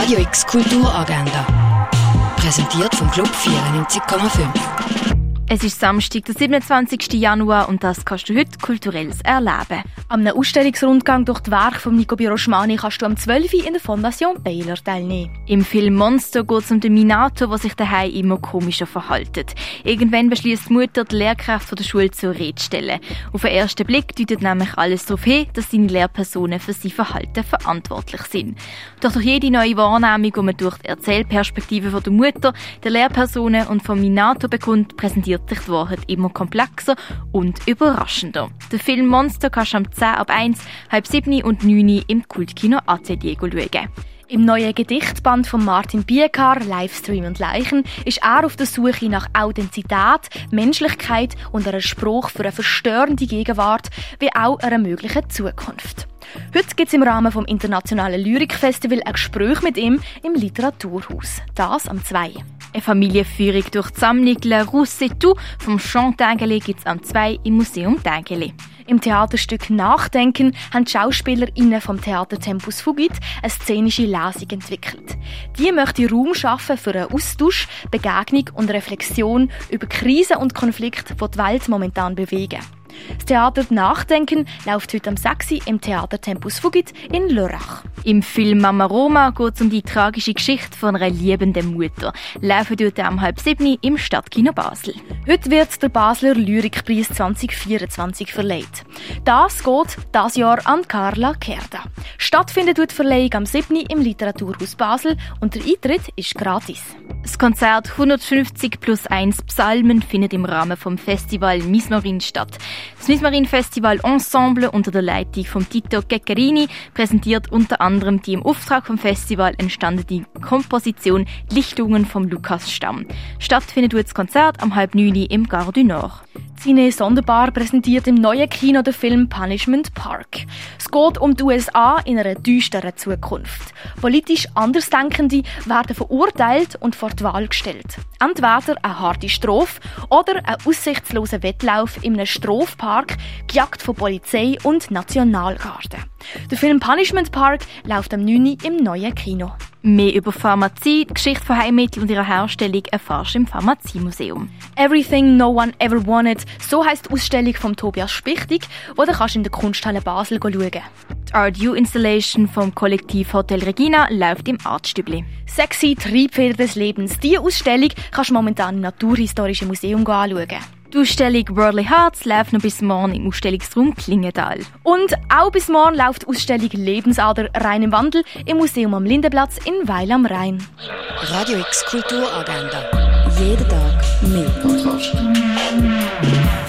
Radio X Kulturagenda. Präsentiert vom Club 94,5. Es ist Samstag, der 27. Januar und das kannst du heute kulturelles erleben. An einem Ausstellungsrundgang durch die Werke von Nico Birosmani kannst du am 12. Uhr in der Fondation Baylor teilnehmen. Im Film Monster geht es um den Minato, der sich daheim immer komischer verhält. Irgendwann beschließt die Mutter, die Lehrkraft von der Schule zur Rede zu stellen. Auf den ersten Blick deutet nämlich alles darauf hin, dass seine Lehrpersonen für sein Verhalten verantwortlich sind. Doch durch jede neue Wahrnehmung, die man durch die Erzählperspektive von der Mutter, der Lehrpersonen und von Minato bekommt, präsentiert sich die Wahrheit immer komplexer und überraschender. Den Film Monster kannst du am 10 ab 1, halb 7 und 9 im Kultkino Atelier schauen. Im neuen Gedichtband von Martin Biekar, Livestream und Leichen, ist er auf der Suche nach Authentizität, Menschlichkeit und einem Spruch für eine verstörende Gegenwart, wie auch einer möglichen Zukunft. Heute gibt es im Rahmen des Internationalen Lyrikfestival ein Gespräch mit ihm im Literaturhaus. Das am 2. Eine Familienführung durch die Sammlung «Le Rousse et tout» vom Jean Tinguely gibt es am 2 im Museum Tinguely. Im Theaterstück «Nachdenken» haben die SchauspielerInnen vom Theater Tempus Fugit eine szenische Lesung entwickelt. Die möchte Raum schaffen für einen Austausch, Begegnung und Reflexion über Krisen und Konflikte, die die Welt momentan bewegen. Das Theater «Nachdenken» läuft heute am 6. im Theater Tempus Fugit in Lörrach. Im Film «Mama Roma» geht es um die tragische Geschichte von einer liebenden Mutter. Laufen dort am halb 7 im Stadtkino Basel. Heute wird der Basler Lyrikpreis 2024 verleiht. Das geht dieses Jahr an Carla Kerda. Stattfindet die Verleihung am 7. im Literaturhaus Basel und der Eintritt ist gratis. Das Konzert 150 plus 1 Psalmen findet im Rahmen vom Festival Mismarin statt. Das Mismarin Festival Ensemble unter der Leitung von Tito Ceccherini präsentiert unter anderem die im Auftrag vom Festival entstandene Komposition Lichtungen vom Lukas Stamm. Stattfindet das Konzert am halb 9 im Gare du Nord. Cine Sonderbar präsentiert im neuen Kino den Film Punishment Park. Es geht um die USA in einer düsteren Zukunft. Politisch Andersdenkende werden verurteilt und vor die Wahl gestellt. Entweder eine harte Strafe oder ein aussichtsloser Wettlauf in einem Strafpark, gejagt von Polizei und Nationalgarde. Der Film Punishment Park läuft am 9. im neuen Kino. Mehr über Pharmazie, die Geschichte von Heilmitteln und ihrer Herstellung erfährst du im Pharmaziemuseum. «Everything No One Ever Wanted», so heisst die Ausstellung von Tobias Spichtig, die du in der Kunsthalle Basel schauen kannst. Die Art-U-Installation vom Kollektiv Hotel Regina läuft im Artstübli. «Sexy Triebfeder des Lebens», diese Ausstellung kannst du momentan im Naturhistorischen Museum anschauen. Die Ausstellung «Worldly Hearts» läuft noch bis morgen im Ausstellungsraum Klingenthal. Und auch bis morgen läuft die Ausstellung «Lebensader rein im Wandel» im Museum am Lindenplatz in Weil am Rhein. Radio X Kulturagenda. Jeden Tag mehr.